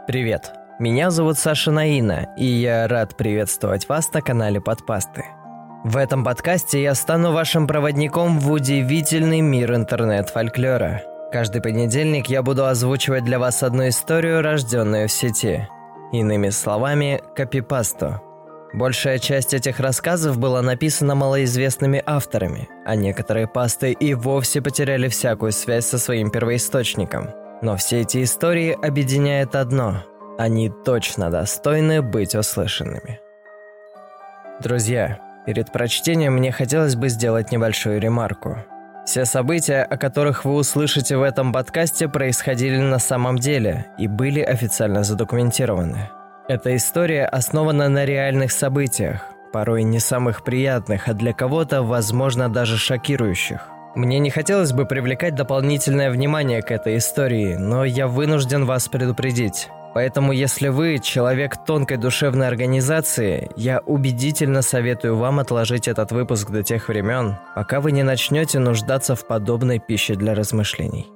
Привет, меня зовут Саша Наина, и я рад приветствовать вас на канале Подпасты. В этом подкасте я стану вашим проводником в удивительный мир интернет-фольклора. Каждый понедельник я буду озвучивать для вас одну историю, рожденную в сети. Иными словами, копипасту. Большая часть этих рассказов была написана малоизвестными авторами, а некоторые пасты и вовсе потеряли всякую связь со своим первоисточником. Но все эти истории объединяет одно – они точно достойны быть услышанными. Друзья, перед прочтением мне хотелось бы сделать небольшую ремарку. Все события, о которых вы услышите в этом подкасте, происходили на самом деле и были официально задокументированы. Эта история основана на реальных событиях, порой не самых приятных, а для кого-то, возможно, даже шокирующих. Мне не хотелось бы привлекать дополнительное внимание к этой истории, но я вынужден вас предупредить. Поэтому, если вы человек тонкой душевной организации, я убедительно советую вам отложить этот выпуск до тех времен, пока вы не начнете нуждаться в подобной пище для размышлений.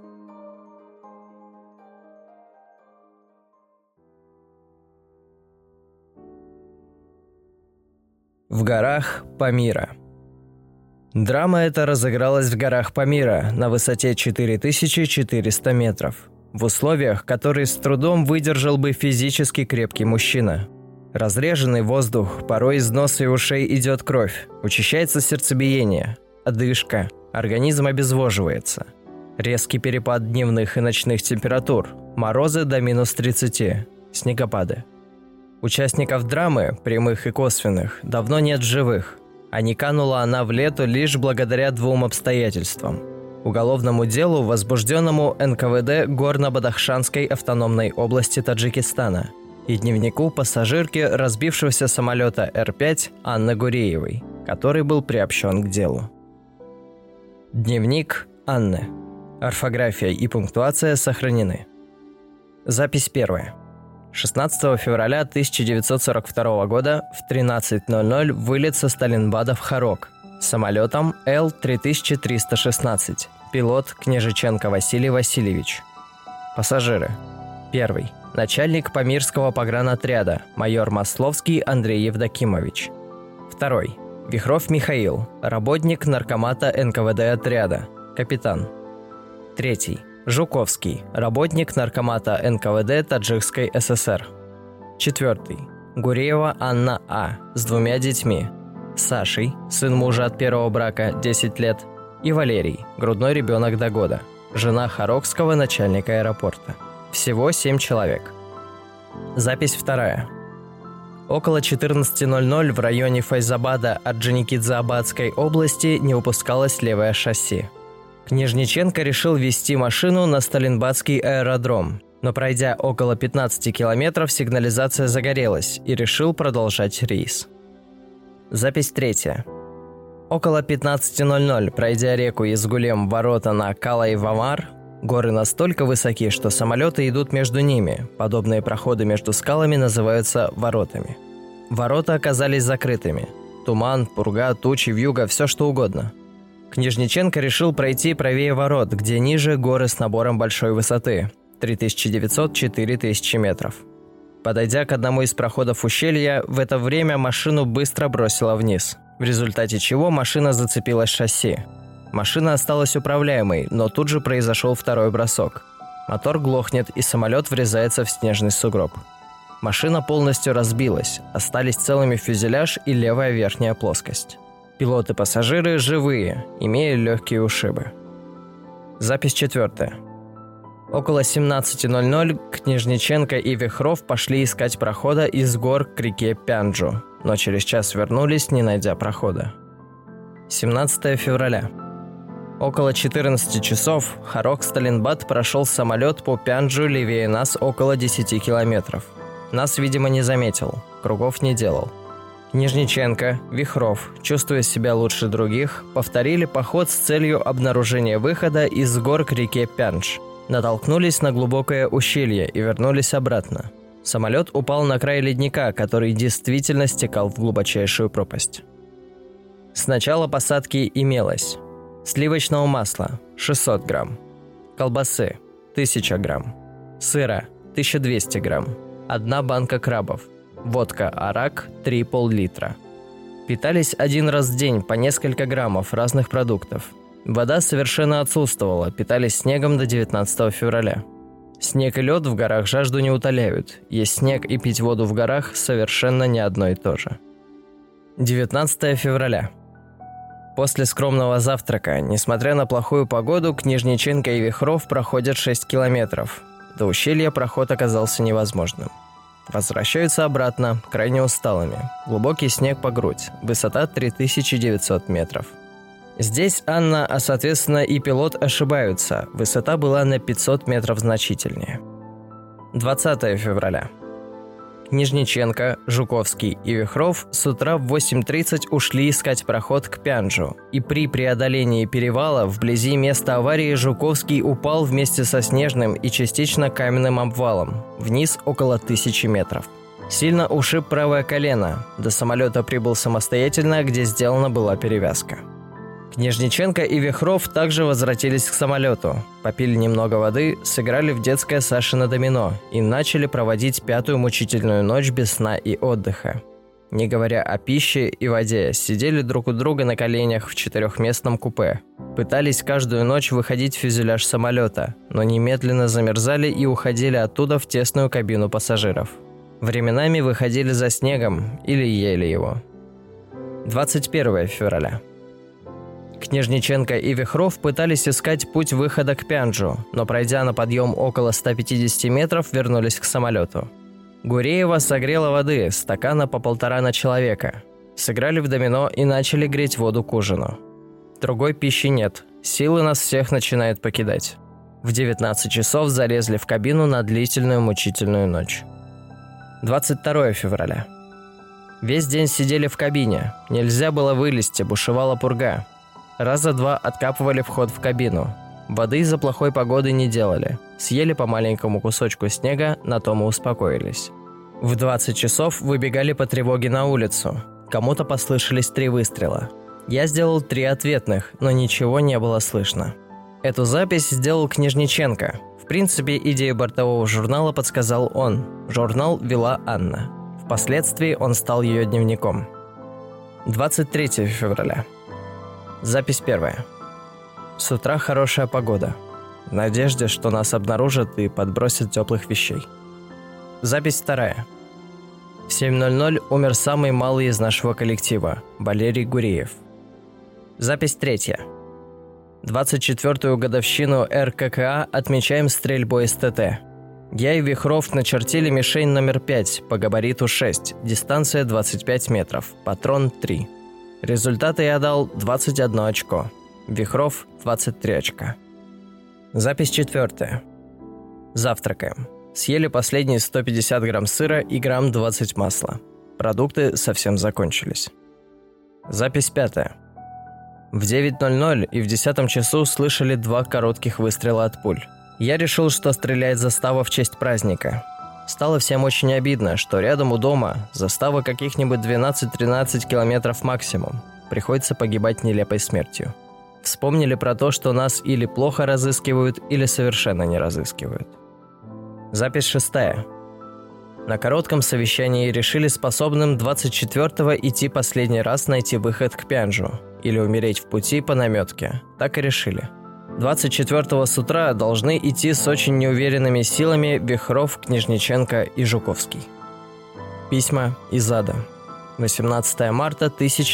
В горах Памира. Драма эта разыгралась в горах Памира на высоте 4400 метров, в условиях, которые с трудом выдержал бы физически крепкий мужчина. Разреженный воздух, порой из носа и ушей идет кровь, учащается сердцебиение, одышка, организм обезвоживается. Резкий перепад дневных и ночных температур, морозы до минус 30, снегопады. Участников драмы, прямых и косвенных, давно нет в живых, а не канула она в лету лишь благодаря двум обстоятельствам – уголовному делу, возбужденному НКВД Горно-Бадахшанской автономной области Таджикистана, и дневнику пассажирки разбившегося самолета Р-5 Анны Гуреевой, который был приобщен к делу. Дневник Анны. Орфография и пунктуация сохранены. Запись первая. 16 февраля 1942 года в 13:00 вылет со Сталинбада в Харок самолетом Л-3316. Пилот Княжиченко Василий Васильевич. Пассажиры. Первый. Начальник Памирского погранотряда, майор Масловский Андрей Евдокимович. Второй. Вихров Михаил, работник наркомата НКВД отряда, капитан. Третий. Жуковский, работник наркомата НКВД Таджикской ССР. Четвертый. Гуреева Анна А. с двумя детьми. Сашей, сын мужа от первого брака, 10 лет, и Валерий, грудной ребенок до года, жена харокского начальника аэропорта. Всего 7 человек. Запись вторая. Около 14:00 в районе Файзабада Орджоникидзе-Абадской области не выпускалось левое шасси. Княжниченко решил вести машину на Сталинбадский аэродром, но пройдя около 15 километров, сигнализация загорелась и решил продолжать рейс. Запись третья. Около 15:00, пройдя реку Изгулем ворота на Калай-Вамар, горы настолько высоки, что самолеты идут между ними, подобные проходы между скалами называются воротами. Ворота оказались закрытыми. Туман, пурга, тучи, вьюга, все что угодно. Княжниченко решил пройти правее ворот, где ниже горы с набором большой высоты – 3900-4000 метров. Подойдя к одному из проходов ущелья, в это время машину быстро бросило вниз, в результате чего машина зацепилась шасси. Машина осталась управляемой, но тут же произошел второй бросок. Мотор глохнет, и самолет врезается в снежный сугроб. Машина полностью разбилась, остались целыми фюзеляж и левая верхняя плоскость. Пилот и пассажиры живые, имея легкие ушибы. Запись четвертая. Около 17:00 Княжниченко и Вихров пошли искать прохода из гор к реке Пянджу, но через час вернулись, не найдя прохода. 17 февраля. Около 14 часов Харок-Сталинбад прошел самолет по Пянджу левее нас около 10 километров. Нас, видимо, не заметил, кругов не делал. Княжниченко, Вихров, чувствуя себя лучше других, повторили поход с целью обнаружения выхода из гор к реке Пяндж. Натолкнулись на глубокое ущелье и вернулись обратно. Самолет упал на край ледника, который действительно стекал в глубочайшую пропасть. С начала посадки имелось сливочного масла – 600 грамм, колбасы – 1000 грамм, сыра 1200 грамм. 1 банка крабов. Водка «Арак» 3 пол-литра. Питались 1 раз в день по несколько граммов разных продуктов. Вода совершенно отсутствовала, питались снегом до 19 февраля. Снег и лед в горах жажду не утоляют. Есть снег и пить воду в горах совершенно не одно и то же. 19 февраля. После скромного завтрака, несмотря на плохую погоду, Книжниченко и Вихров проходят 6 километров. До ущелья проход оказался невозможным. Возвращаются обратно, крайне усталыми. Глубокий снег по грудь, высота 3900 метров. Здесь Анна, а соответственно и пилот ошибаются, высота была на 500 метров значительнее. 20 февраля. Книжниченко, Жуковский и Вихров с утра в 8:30 ушли искать проход к Пянджу, и при преодолении перевала вблизи места аварии Жуковский упал вместе со снежным и частично каменным обвалом, вниз около 1000 метров. Сильно ушиб правое колено, до самолета прибыл самостоятельно, где сделана была перевязка. Книжниченко и Вихров также возвратились к самолету, попили немного воды, сыграли в детское Сашино домино и начали проводить 5-ю мучительную ночь без сна и отдыха. Не говоря о пище и воде, сидели друг у друга на коленях в 4-местном купе. Пытались каждую ночь выходить в фюзеляж самолета, но немедленно замерзали и уходили оттуда в тесную кабину пассажиров. Временами выходили за снегом или ели его. 21 февраля. Книжниченко и Вихров пытались искать путь выхода к Пянджу, но пройдя на подъем около 150 метров, вернулись к самолету. Гуреева согрела воды, стакана по 1,5 на человека. Сыграли в домино и начали греть воду к ужину. Другой пищи нет, силы нас всех начинают покидать. В 19 часов залезли в кабину на длительную мучительную ночь. 22 февраля. Весь день сидели в кабине, нельзя было вылезти, бушевала пурга. Раза 2 откапывали вход в кабину. Воды из-за плохой погоды не делали. Съели по маленькому кусочку снега, на том и успокоились. В 20 часов выбегали по тревоге на улицу. Кому-то послышались 3 выстрела. Я сделал 3 ответных, но ничего не было слышно. Эту запись сделал Книжниченко. В принципе, идею бортового журнала подсказал он. Журнал вела Анна. Впоследствии он стал ее дневником. 23 февраля. Запись 1. С утра хорошая погода. В надежде, что нас обнаружат и подбросят теплых вещей. Запись 2. В 7:00 умер самый малый из нашего коллектива, Валерий Гуреев. Запись 3. 24-ю годовщину РККА отмечаем стрельбой из ТТ. Я и Вихров начертили мишень номер 5 по габариту 6, дистанция 25 метров, патрон 3. Результаты я дал 21 очко. Вихров – 23 очка. Запись 4. Завтракаем. Съели последние 150 грамм сыра и грамм 20 масла. Продукты совсем закончились. Запись 5. В 9:00 и в 10 часу слышали 2 коротких выстрела от пуль. Я решил, что стреляет застава в честь праздника. Стало всем очень обидно, что рядом у дома застава каких-нибудь 12-13 километров максимум. Приходится погибать нелепой смертью. Вспомнили про то, что нас или плохо разыскивают, или совершенно не разыскивают. Запись 6. На коротком совещании решили способным 24-го идти последний раз найти выход к Пянджу или умереть в пути по наметке. Так и решили. 24-го с утра должны идти с очень неуверенными силами Вихров, Книжниченко и Жуковский. Письма из ада. 18 марта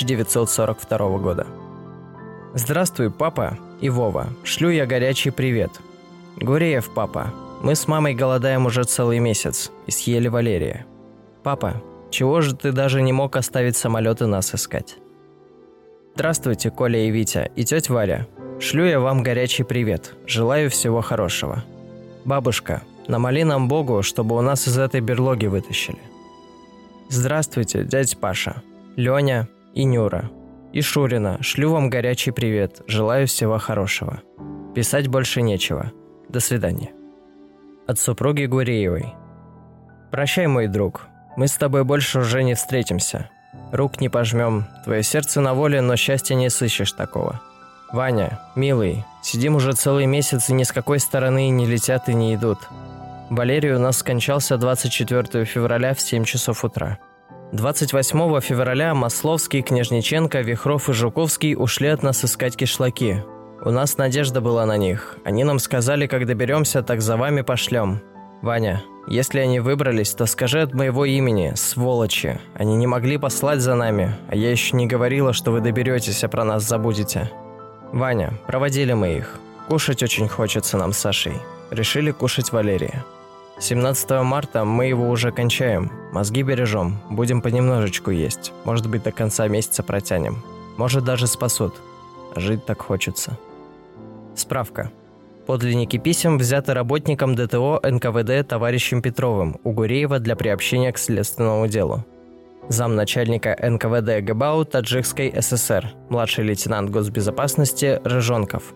1942 года. Здравствуй, папа и Вова. Шлю я горячий привет. Гуреев, папа. Мы с мамой голодаем уже целый месяц и съели Валерия. Папа, чего же ты даже не мог оставить самолет и нас искать? Здравствуйте, Коля и Витя, и тетя Варя. Шлю я вам горячий привет. Желаю всего хорошего. Бабушка, намоли нам Богу, чтобы у нас из этой берлоги вытащили. Здравствуйте, дядя Паша, Леня и Нюра. И Шурина, шлю вам горячий привет. Желаю всего хорошего. Писать больше нечего. До свидания. От супруги Гуреевой. Прощай, мой друг. Мы с тобой больше уже не встретимся. Рук не пожмем. Твое сердце на воле, но счастья не сыщешь такого. Ваня, милый, сидим уже целый месяц, и ни с какой стороны не летят и не идут. Валерий у нас скончался 24 февраля в 7 часов утра. 28 февраля Масловский, Княжниченко, Вихров и Жуковский ушли от нас искать кишлаки. У нас надежда была на них. Они нам сказали, как доберемся, так за вами пошлем. Ваня, если они выбрались, то скажи от моего имени, сволочи. Они не могли послать за нами, а я еще не говорила, что вы доберетесь, а про нас забудете. Ваня, проводили мы их. Кушать очень хочется нам с Сашей. Решили кушать Валерия. 17 марта мы его уже кончаем. Мозги бережем, будем понемножечку есть. Может быть, до конца месяца протянем. Может, даже спасут. Жить так хочется. Справка. Подлинники писем взяты работником ДТО НКВД товарищем Петровым у Гуреева для приобщения к следственному делу. Замначальника НКВД ГБАУ Таджикской ССР, младший лейтенант госбезопасности Рыжонков.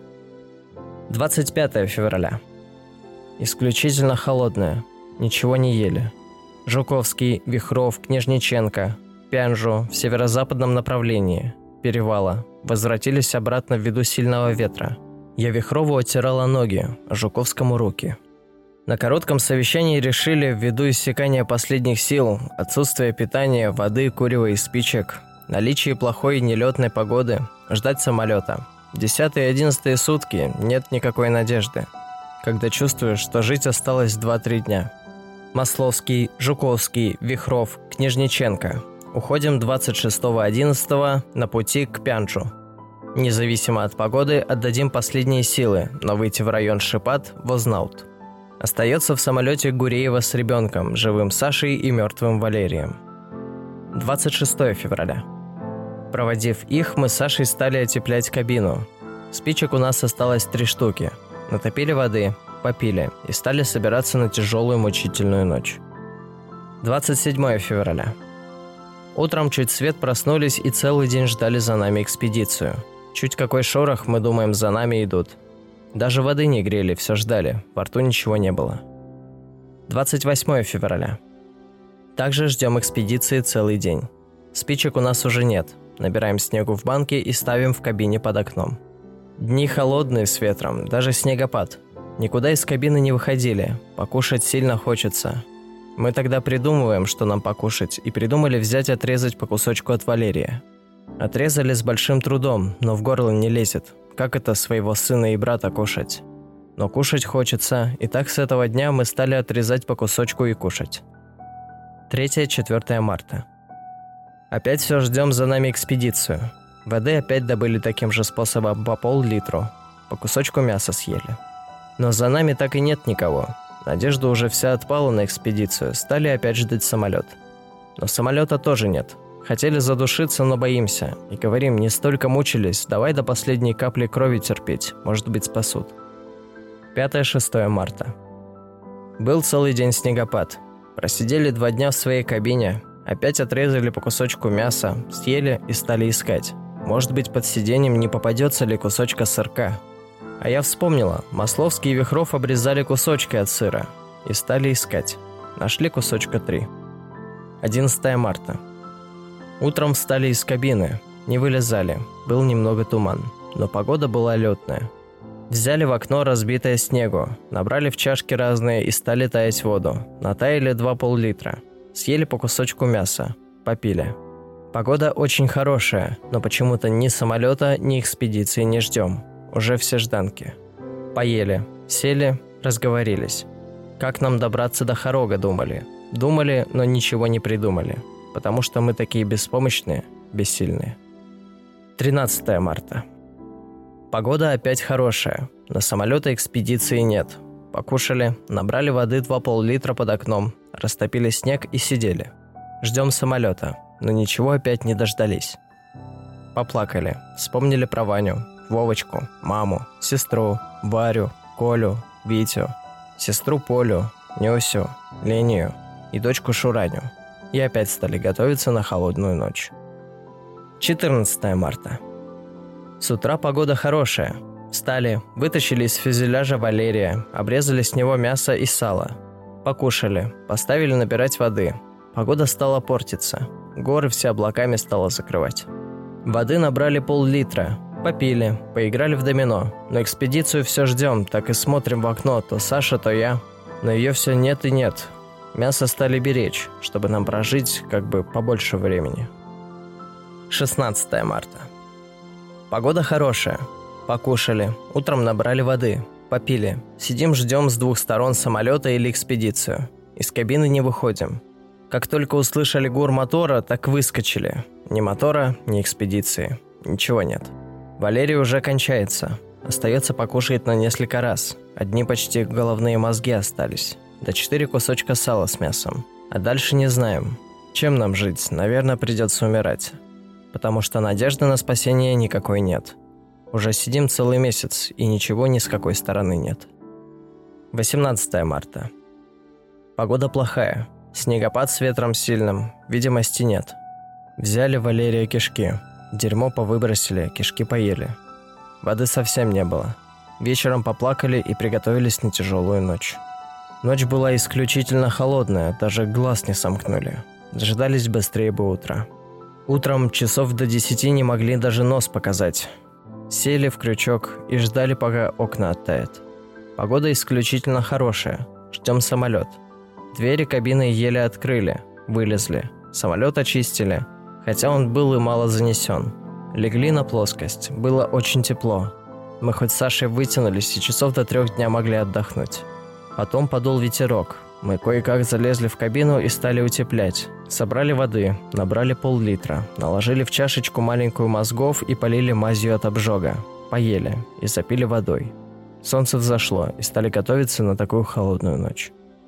25 февраля. Исключительно холодное. Ничего не ели. Жуковский, Вихров, Княжниченко, Пянжу в северо-западном направлении. Перевала. Возвратились обратно ввиду сильного ветра. Я Вихрову оттирала ноги, а Жуковскому руки. На коротком совещании решили, ввиду иссякания последних сил, отсутствия питания, воды, курева и спичек, наличие плохой нелетной погоды, ждать самолета. 10 и 11 сутки нет никакой надежды, когда чувствуешь, что жить осталось 2-3 дня. Масловский, Жуковский, Вихров, Княжниченко. Уходим 26-11 на пути к Пянджу. Независимо от погоды отдадим последние силы, но выйти в район Шипат Вознаут. Остается в самолете Гуреева с ребенком, живым Сашей и мертвым Валерием. 26 февраля. Проводив их, мы с Сашей стали отеплять кабину. Спичек у нас осталось 3 штуки. Натопили воды, попили и стали собираться на тяжелую мучительную ночь. 27 февраля. Утром чуть свет проснулись и целый день ждали за нами экспедицию. Чуть какой шорох, мы думаем, за нами идут. Даже воды не грели, все ждали, во рту ничего не было. 28 февраля. Также ждем экспедиции целый день. Спичек у нас уже нет, набираем снегу в банке и ставим в кабине под окном. Дни холодные с ветром, даже снегопад. Никуда из кабины не выходили, покушать сильно хочется. Мы тогда придумываем, что нам покушать, и придумали взять и отрезать по кусочку от Валерия. Отрезали с большим трудом, но в горло не лезет. Как это своего сына и брата кушать? Но кушать хочется, и так с этого дня мы стали отрезать по кусочку и кушать. 3-4 марта. Опять все ждем за нами экспедицию. Воды опять добыли таким же способом по пол-литру. По кусочку мяса съели. Но за нами так и нет никого. Надежда уже вся отпала на экспедицию, стали опять ждать самолет. Но самолета тоже нет. Хотели задушиться, но боимся. И говорим, не столько мучились, давай до последней капли крови терпеть, может быть спасут. 5-6 марта. Был целый день снегопад. Просидели 2 дня в своей кабине, опять отрезали по кусочку мяса, съели и стали искать. Может быть, под сиденьем не попадется ли кусочка сырка. А я вспомнила, Масловский и Вихров обрезали кусочки от сыра и стали искать. Нашли кусочка 3. 11 марта. Утром встали из кабины, не вылезали, был немного туман, но погода была летная. Взяли в окно разбитое снегу, набрали в чашки разные и стали таять воду. Натаяли 2 пол-литра. Съели по кусочку мяса, попили. Погода очень хорошая, но почему-то ни самолета, ни экспедиции не ждем. Уже все жданки. Поели, сели, разговорились. Как нам добраться до Хорога, думали. Думали, но ничего не придумали. Потому что мы такие беспомощные, бессильные. 13 марта. Погода опять хорошая, но самолета экспедиции нет. Покушали, набрали воды 2 пол-литра под окном, растопили снег и сидели. Ждем самолета, но ничего опять не дождались. Поплакали, вспомнили про Ваню, Вовочку, маму, сестру, Варю, Колю, Витю, сестру Полю, Нюсю, Лению и дочку Шураню. И опять стали готовиться на холодную ночь. 14 марта. С утра погода хорошая. Встали, вытащили из фюзеляжа Валерия, обрезали с него мясо и сало. Покушали, поставили набирать воды. Погода стала портиться. Горы все облаками стало закрывать. Воды набрали пол-литра. Попили, поиграли в домино. Но экспедицию все ждем, так и смотрим в окно, то Саша, то я. Но ее все нет и нет. Мясо стали беречь, чтобы нам прожить как бы побольше времени. 16 марта. Погода хорошая. Покушали, утром набрали воды, попили. Сидим, ждем с двух сторон самолета или экспедицию. Из кабины не выходим. Как только услышали гур мотора, так выскочили. Ни мотора, ни экспедиции. Ничего нет. Валерий уже кончается. Остается покушать на несколько раз. Одни почти головные мозги остались. Да 4 кусочка сала с мясом. А дальше не знаем. Чем нам жить? Наверное, придется умирать. Потому что надежды на спасение никакой нет. Уже сидим целый месяц, и ничего ни с какой стороны нет. 18 марта. Погода плохая. Снегопад с ветром сильным. Видимости нет. Взяли Валерия кишки. Дерьмо повыбросили, кишки поели. Воды совсем не было. Вечером поплакали и приготовились на тяжелую ночь. Ночь была исключительно холодная, даже глаз не сомкнули. Дождались быстрее бы утра. Утром часов до 10 не могли даже нос показать. Сели в крючок и ждали, пока окна оттают. Погода исключительно хорошая. Ждем самолет. Двери кабины еле открыли, вылезли. Самолет очистили, хотя он был и мало занесен. Легли на плоскость, было очень тепло. Мы хоть с Сашей вытянулись и часов до 3 дня могли отдохнуть. Потом подул ветерок. Мы кое-как залезли в кабину и стали утеплять. Собрали воды, набрали пол-литра, наложили в чашечку маленькую мозгов и полили мазью от обжога. Поели и запили водой. Солнце взошло и стали готовиться на такую холодную ночь.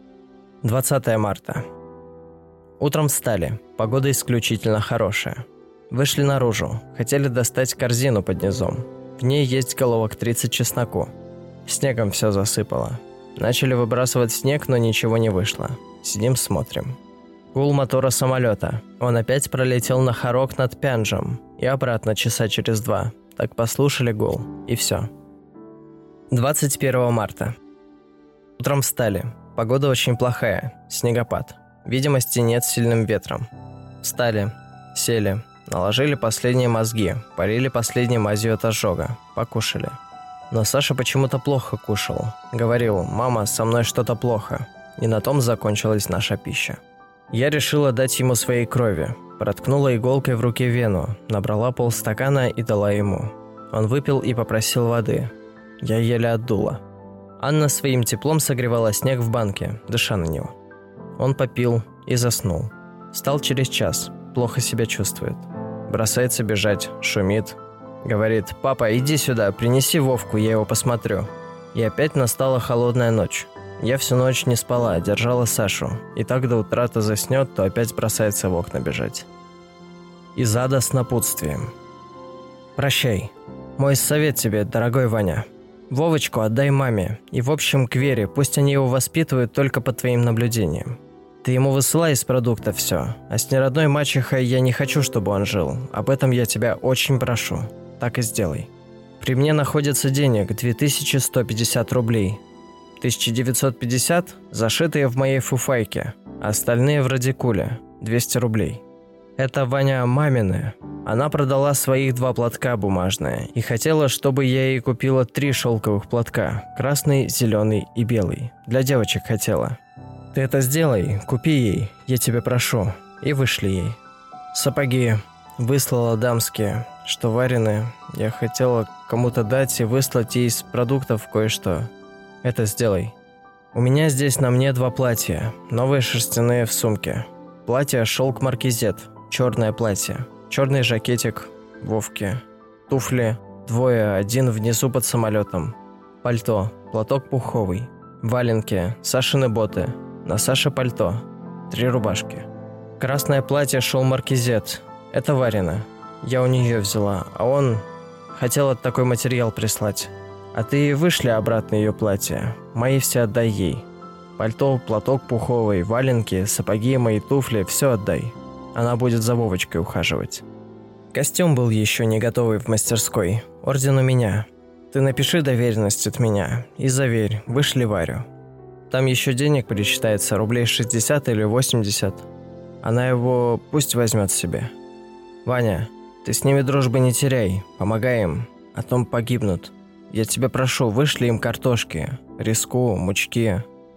20 марта. Утром встали, погода исключительно хорошая. Вышли наружу, хотели достать корзину под низом. В ней есть головок 30 чесноку. Снегом все засыпало. Начали выбрасывать снег, но ничего не вышло. Сидим, смотрим. Гул мотора самолета. Он опять пролетел на хорок над Пянджем и обратно часа через 2. Так послушали гул, и все. 21 марта. Утром встали. Погода очень плохая, снегопад. Видимости нет с сильным ветром. Встали, сели, наложили последние мозги, полили последней мазью от ожога, покушали. Но Саша почему-то плохо кушал. Говорил: «Мама, со мной что-то плохо». И на том закончилась наша пища. Я решила дать ему своей крови. Проткнула иголкой в руке вену, набрала полстакана и дала ему. Он выпил и попросил воды. Я еле отдула. Анна своим теплом согревала снег в банке, дыша на него. Он попил и заснул. Встал через час, плохо себя чувствует. Бросается бежать, шумит. Говорит: «Папа, иди сюда, принеси Вовку, я его посмотрю». И опять настала холодная ночь. Я всю ночь не спала, держала Сашу. И так до утра то заснет, то опять бросается в окна бежать. Из ада с напутствием. Прощай. Мой совет тебе, дорогой Ваня. Вовочку отдай маме. И в общем к Вере, пусть они его воспитывают только по твоим наблюдениям. Ты ему высылай из продукта все. А с неродной мачехой я не хочу, чтобы он жил. Об этом я тебя очень прошу. Так и сделай. При мне находится денег 2150 рублей. 1950 зашитые в моей фуфайке, а остальные в радикуле, 200 рублей. Это Ваня мамины. Она продала своих 2 платка бумажные и хотела, чтобы я ей купила 3 шелковых платка, красный, зеленый и белый. Для девочек хотела. Ты это сделай, купи ей, я тебя прошу. И вышли ей. Сапоги выслала дамские, что вареные. Я хотела кому-то дать и выслать ей из продуктов кое-что. Это сделай. У меня здесь на мне 2 платья, новые шерстяные в сумке. Платье шелк маркизет, черное платье, черный жакетик Вовке, туфли 2, 1 внизу под самолетом, пальто, платок пуховый, валенки, Сашины боты, на Саше пальто, 3 рубашки. Красное платье шел маркизет, это Варина, я у нее взяла, а он хотел такой материал прислать. А ты вышли обратно ее платье, мои все отдай ей. Пальто, платок пуховый, валенки, сапоги, мои туфли, все отдай. Она будет за Вовочкой ухаживать. Костюм был еще не готовый в мастерской, орден у меня. Ты напиши доверенность от меня и заверь, вышли Варю. Там еще денег пересчитается, рублей 60 или 80. Она его пусть возьмет себе. Ваня, ты с ними дружбы не теряй, помогай им, а то погибнут. Я тебя прошу, вышли им картошки, риску, мучки.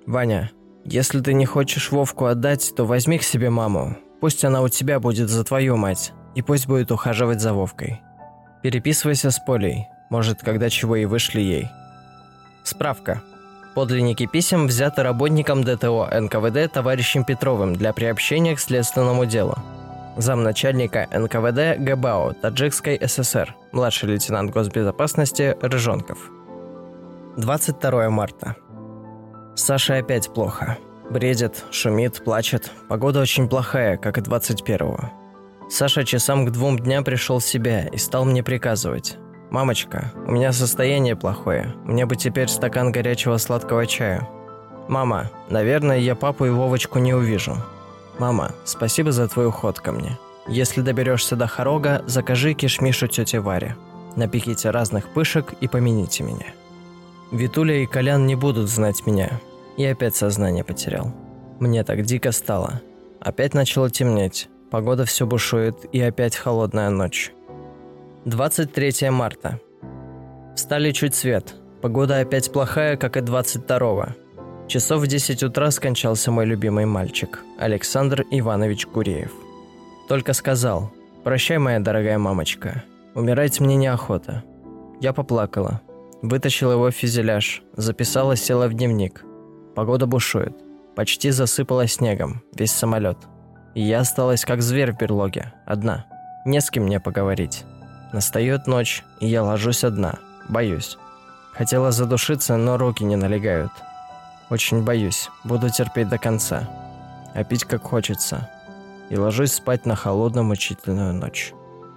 Ваня, если ты не хочешь Вовку отдать, то возьми к себе маму. Пусть она у тебя будет за твою мать, и пусть будет ухаживать за Вовкой. Переписывайся с Полей, может, когда чего и вышли ей. Справка. Подлинники писем взяты работником ДТО НКВД товарищем Петровым для приобщения к следственному делу. Замначальника НКВД ГБАО Таджикской ССР, младший лейтенант госбезопасности Рыжонков. 22 марта. Саше опять плохо. Бредит, шумит, плачет. Погода очень плохая, как и 21-го. Саша часам к 2 дня пришел в себя и стал мне приказывать. «Мамочка, у меня состояние плохое. Мне бы теперь стакан горячего сладкого чая. Мама, наверное, я папу и Вовочку не увижу. Мама, спасибо за твой уход ко мне. Если доберешься до Хорога, закажи кишмиш у тети Вари. Напеките разных пышек и помяните меня». Витуля и Колян не будут знать меня. И опять сознание потерял. Мне так дико стало. Опять начало темнеть. Погода все бушует, и опять холодная ночь. 23 марта. Встали чуть свет. Погода опять плохая, как и 22-го. Часов в 10 утра скончался мой любимый мальчик, Александр Иванович Гуреев. Только сказал: «Прощай, моя дорогая мамочка. Умирать мне неохота». Я поплакала. Вытащила его в фюзеляж, записала, села в дневник. Погода бушует. Почти засыпала снегом весь самолет. И я осталась как зверь в берлоге, одна. Не с кем мне поговорить. Настает ночь, и я ложусь одна. Боюсь. Хотела задушиться, но руки не налегают. Очень боюсь. Буду терпеть до конца. А пить как хочется. И ложусь спать на холодную мучительную ночь.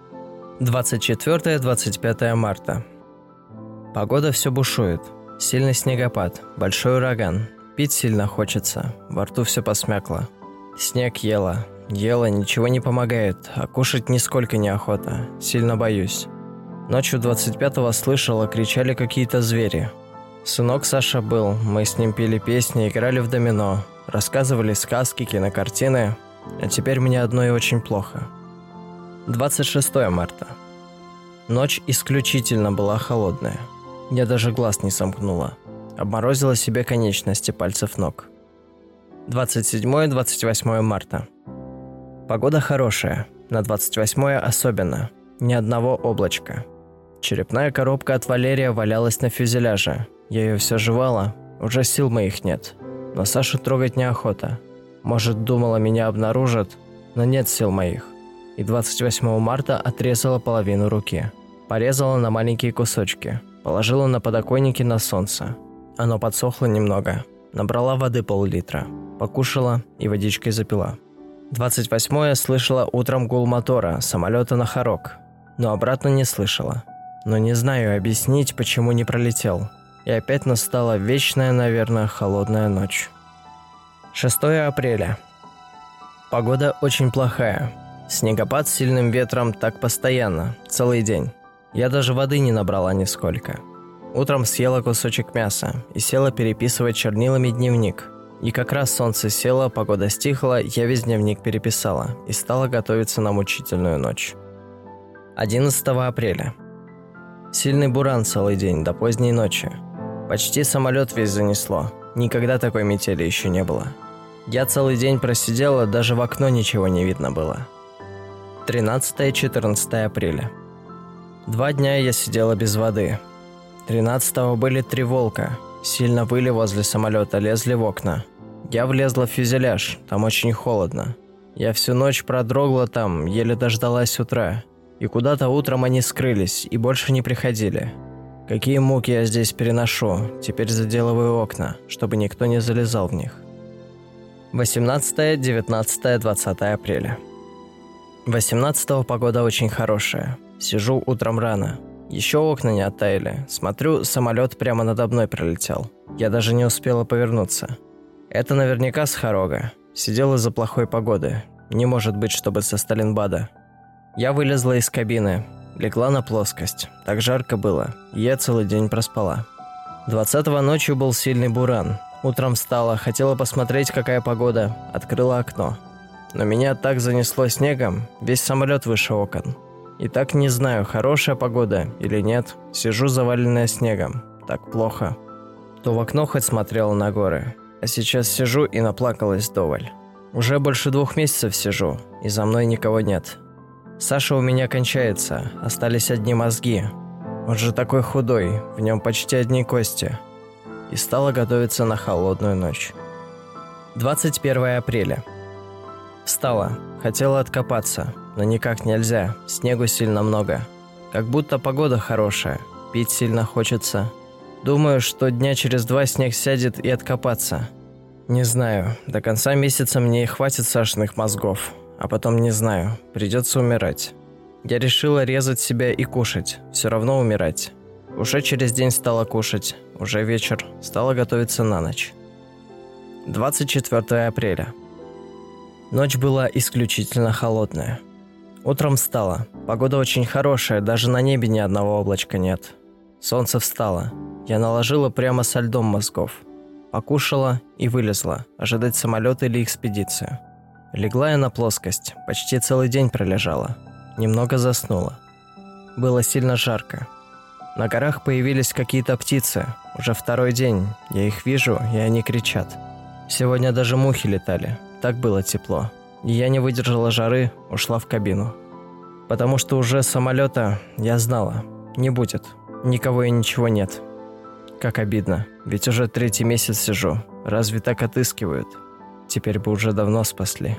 24-25 марта. Погода все бушует. Сильный снегопад, большой ураган. Пить сильно хочется, во рту все посмякло. Снег ела, ничего не помогает, а кушать нисколько неохота, сильно боюсь. Ночью 25-го слышала, кричали какие-то звери. Сынок Саша был, мы с ним пели песни, играли в домино, рассказывали сказки, кинокартины, а теперь мне одной очень плохо. 26 марта. Ночь исключительно была холодная. Я даже глаз не сомкнула. Обморозила себе конечности пальцев ног. 27-28 марта. Погода хорошая, на 28-е особенно. Ни одного облачка. Черепная коробка от Валерия валялась на фюзеляже. Я ее все жевала, уже сил моих нет. Но Сашу трогать неохота. Может, думала, меня обнаружат, но нет сил моих. И 28 марта отрезала половину руки. Порезала на маленькие кусочки. Положила на подоконнике на солнце. Оно подсохло немного. Набрала воды пол-литра. Покушала и водичкой запила. 28-е слышала утром гул мотора, самолета на Хорог. Но обратно не слышала. Но не знаю объяснить, почему не пролетел. И опять настала вечная, наверное, холодная ночь. 6 апреля. Погода очень плохая. Снегопад с сильным ветром так постоянно, целый день. Я даже воды не набрала нисколько. Утром съела кусочек мяса и села переписывать чернилами дневник. И как раз солнце село, погода стихла, я весь дневник переписала и стала готовиться на мучительную ночь. 11 апреля. Сильный буран целый день, до поздней ночи. Почти самолет весь занесло. Никогда такой метели еще не было. Я целый день просидела, даже в окно ничего не видно было. 13-14 апреля. 2 дня я сидела без воды. 13-го были 3 волка. Сильно выли возле самолета, лезли в окна. Я влезла в фюзеляж, там очень холодно. Я всю ночь продрогла там, еле дождалась утра. И куда-то утром они скрылись и больше не приходили. Какие муки я здесь переношу, теперь заделываю окна, чтобы никто не залезал в них. 18, 19, 20 апреля. 18-го погода очень хорошая. Сижу утром рано. Еще окна не оттаяли. Смотрю, самолет прямо надо мной пролетел. Я даже не успела повернуться. Это наверняка с Хорога. Сидел из-за плохой погоды. Не может быть, чтобы со Сталинбада. Я вылезла из кабины. Легла на плоскость. Так жарко было. Я целый день проспала. 20-го ночью был сильный буран. Утром встала, хотела посмотреть, какая погода. Открыла окно. Но меня так занесло снегом, весь самолет выше окон. И так не знаю, хорошая погода или нет. Сижу заваленная снегом. Так плохо. То в окно хоть смотрела на горы, а а сейчас сижу и наплакалась вдоволь. Уже больше 2 месяцев сижу, и за мной никого нет. Саша у меня кончается, остались одни мозги. Он же такой худой, в нем почти одни кости. И стала готовиться на холодную ночь. 21 апреля. Встала, хотела откопаться, но никак нельзя, снегу сильно много. Как будто погода хорошая, пить сильно хочется. Думаю, что дня через 2 снег сядет и откопаться. Не знаю, до конца месяца мне и хватит Сашиных мозгов, а потом не знаю, придется умирать. Я решила резать себя и кушать, все равно умирать. Уже через день стала кушать, уже вечер, стала готовиться на ночь. 24 апреля. Ночь была исключительно холодная. Утром встала, погода очень хорошая, даже на небе ни одного облачка нет. Солнце встало, я наложила прямо со льдом мозгов. Покушала и вылезла, ожидать самолет или экспедицию. Легла я на плоскость, почти целый день пролежала. Немного заснула. Было сильно жарко. На горах появились какие-то птицы. Уже 2-й день, я их вижу, и они кричат. Сегодня даже мухи летали, так было тепло. И я не выдержала жары, ушла в кабину. Потому что уже с самолета я знала, не будет, никого и ничего нет. Как обидно, ведь уже 3-й месяц сижу, разве так отыскивают? Теперь бы уже давно спасли.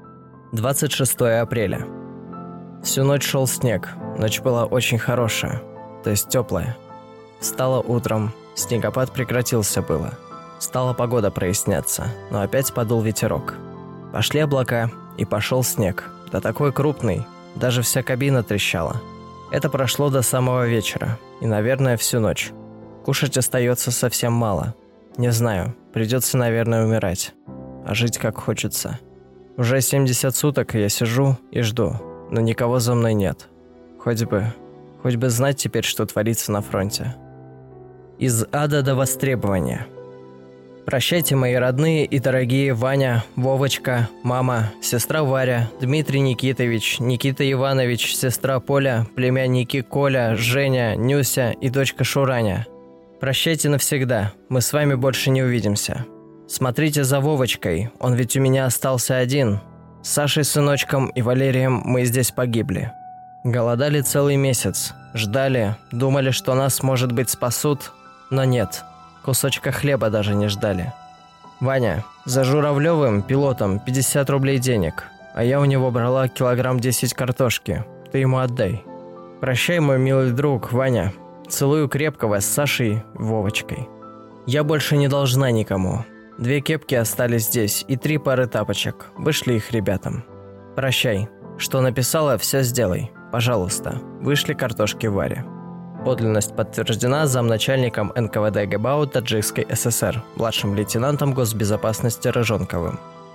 26 апреля. Всю ночь шел снег, ночь была очень хорошая, то есть теплая. Встала утром, снегопад прекратился было. Стала погода проясняться, но опять подул ветерок. Пошли облака, и пошел снег, да такой крупный, даже вся кабина трещала. Это прошло до самого вечера, и, наверное, всю ночь. Кушать остается совсем мало. Не знаю, придется, наверное, умирать. А жить как хочется. Уже 70 суток я сижу и жду, но никого за мной нет. Хоть бы знать теперь, что творится на фронте. Из ада до востребования. Прощайте, мои родные и дорогие Ваня, Вовочка, мама, сестра Варя, Дмитрий Никитович, Никита Иванович, сестра Поля, племянники Коля, Женя, Нюся и дочка Шураня. Прощайте навсегда, мы с вами больше не увидимся. Смотрите за Вовочкой, он ведь у меня остался один. С Сашей, сыночком и Валерием мы здесь погибли. Голодали целый месяц, ждали, думали, что нас, может быть, спасут, но нет. Кусочка хлеба даже не ждали. Ваня, за Журавлевым, пилотом, 50 рублей денег, а я у него брала 10 килограмм картошки. Ты ему отдай. Прощай, мой милый друг, Ваня. Целую крепко вас с Сашей и Вовочкой. Я больше не должна никому. 2 кепки остались здесь и 3 пары тапочек. Вышли их ребятам. Прощай. Что написала, все сделай. Пожалуйста. Вышли картошки Варе. Подлинность подтверждена замначальником НКВД ГБАУ Таджикской ССР, младшим лейтенантом госбезопасности Рыжонковым.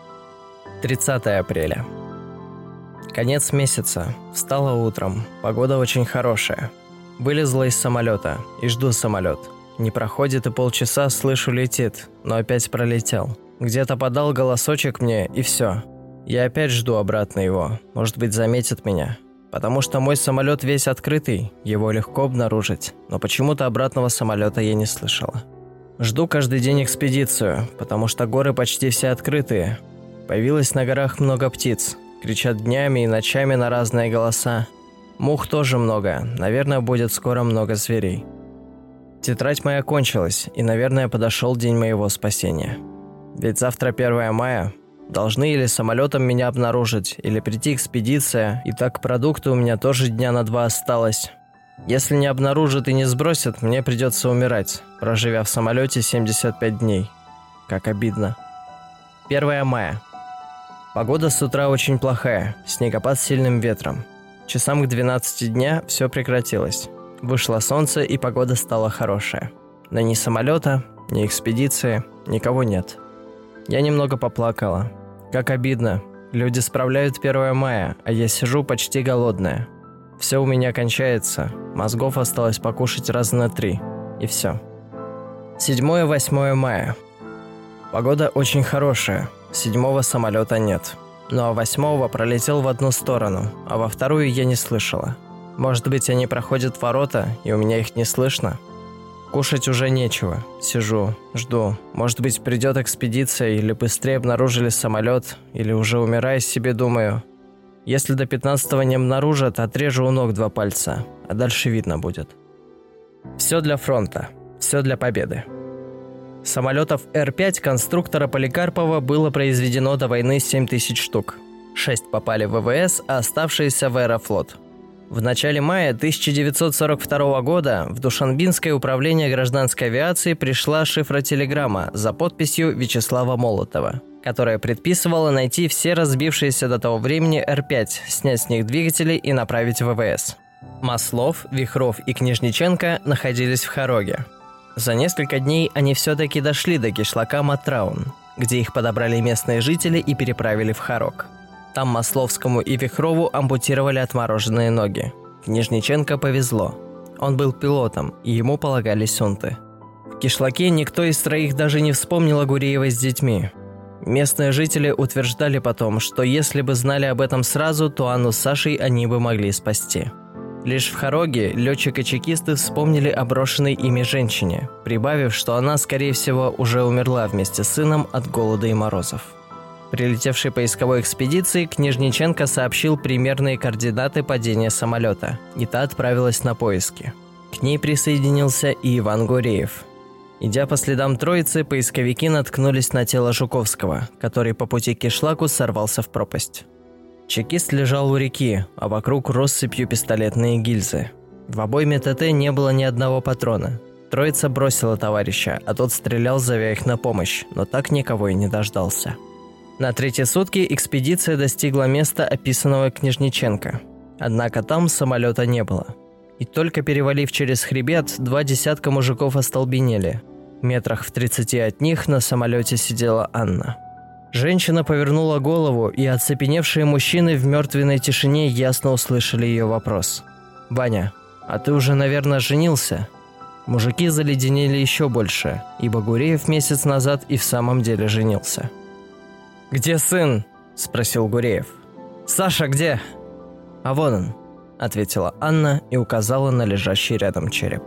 30 апреля. Конец месяца. Встала утром. Погода очень хорошая. Вылезла из самолета и жду самолет. Не проходит и полчаса, слышу, летит, но опять пролетел. Где-то подал голосочек мне, и все. Я опять жду обратно его. Может быть, заметит меня. Потому что мой самолет весь открытый, его легко обнаружить, но почему-то обратного самолета я не слышала. Жду каждый день экспедицию, потому что горы почти все открытые. Появилось на горах много птиц, кричат днями и ночами на разные голоса. Мух тоже много, наверное, будет скоро много зверей. Тетрадь моя кончилась, и, наверное, подошел день моего спасения. Ведь завтра 1 мая. Должны или самолетом меня обнаружить, или прийти экспедиция, и так продукты у меня тоже дня на 2 осталось. Если не обнаружат и не сбросят, мне придется умирать, проживя в самолете 75 дней. Как обидно. 1 мая. Погода с утра очень плохая, снегопад с сильным ветром. Часам к 12 дня все прекратилось. Вышло солнце, и погода стала хорошая. Но ни самолета, ни экспедиции, никого нет. Я немного поплакала. Как обидно. Люди справляют 1 мая, а я сижу почти голодная. Все у меня кончается. Мозгов осталось покушать раза на 3. И все. 7-8 мая. Погода очень хорошая. 7-го самолета нет. Ну а 8-го пролетел в одну сторону, а во вторую я не слышала. Может быть, они проходят ворота, и у меня их не слышно? кушать уже нечего. Сижу, жду. Может быть, придет экспедиция, или быстрее обнаружили самолет, или уже умирая себе думаю. Если до 15-го не обнаружат, отрежу у ног 2 пальца, а дальше видно будет. Все для фронта, все для победы. Самолетов Р-5 конструктора Поликарпова было произведено до войны 7000 штук. 6 попали в ВВС, а оставшиеся в Аэрофлот. В начале мая 1942 года в Душанбинское управление гражданской авиации пришла шифротелеграмма за подписью Вячеслава Молотова, которая предписывала найти все разбившиеся до того времени Р-5, снять с них двигатели и направить в ВВС. Маслов, Вихров и Книжниченко находились в Хароге. За несколько дней они все-таки дошли до кишлака Матраун, где их подобрали местные жители и переправили в Харог. Там Масловскому и Вихрову ампутировали отмороженные ноги. Книжниченко повезло. Он был пилотом, и ему полагались унты. В кишлаке никто из троих даже не вспомнил о Гуреевой с детьми. Местные жители утверждали потом, что если бы знали об этом сразу, то Анну с Сашей они бы могли спасти. Лишь в Хароге летчик и чекисты вспомнили о брошенной ими женщине, прибавив, что она, скорее всего, уже умерла вместе с сыном от голода и морозов. Прилетевшей поисковой экспедиции Книжниченко сообщил примерные координаты падения самолета, и та отправилась на поиски. К ней присоединился и Иван Гуреев. Идя по следам троицы, поисковики наткнулись на тело Жуковского, который по пути к кишлаку сорвался в пропасть. Чекист лежал у реки, а вокруг россыпью пистолетные гильзы. В обойме ТТ не было ни одного патрона. Троица бросила товарища, а тот стрелял, зовя их на помощь, но так никого и не дождался. На 3-е сутки экспедиция достигла места, описанного Книжниченко. Однако там самолета не было. И только перевалив через хребет, 20 мужиков остолбенели. Метрах в 30 от них на самолете сидела Анна. Женщина повернула голову, и оцепеневшие мужчины в мертвенной тишине ясно услышали ее вопрос. «Ваня, а ты уже, наверное, женился?» Мужики заледенели еще больше, ибо Гуреев месяц назад и в самом деле женился. «Где сын?» – спросил Гуреев. «Саша где?» «А вон он», – ответила Анна и указала на лежащий рядом череп.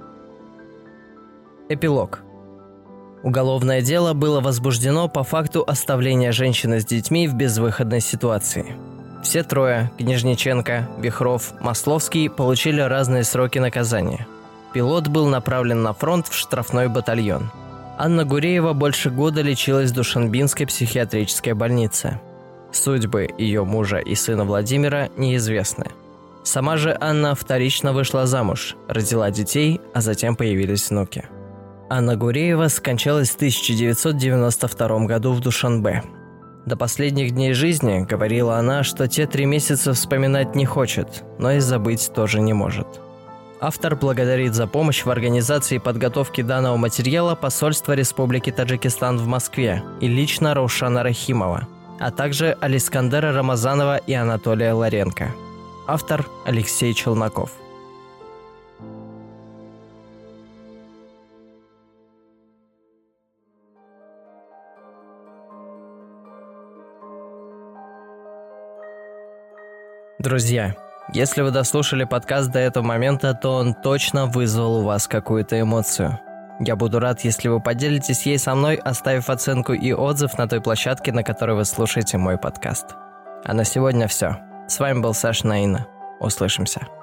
Эпилог. Уголовное дело было возбуждено по факту оставления женщины с детьми в безвыходной ситуации. Все трое – Книжниченко, Вихров, Масловский – получили разные сроки наказания. Пилот был направлен на фронт в штрафной батальон. Анна Гуреева больше года лечилась в Душанбинской психиатрической больнице. Судьбы ее мужа и сына Владимира неизвестны. Сама же Анна вторично вышла замуж, родила детей, а затем появились внуки. Анна Гуреева скончалась в 1992 году в Душанбе. До последних дней жизни говорила она, что те 3 месяца вспоминать не хочет, но и забыть тоже не может. Автор благодарит за помощь в организации подготовки данного материала посольство Республики Таджикистан в Москве и лично Раушана Рахимова, а также Алискандера Рамазанова и Анатолия Ларенко. Автор Алексей Челноков. Друзья, если вы дослушали подкаст до этого момента, то он точно вызвал у вас какую-то эмоцию. Я буду рад, если вы поделитесь ей со мной, оставив оценку и отзыв на той площадке, на которой вы слушаете мой подкаст. А на сегодня все. С вами был Саша Наина. Услышимся.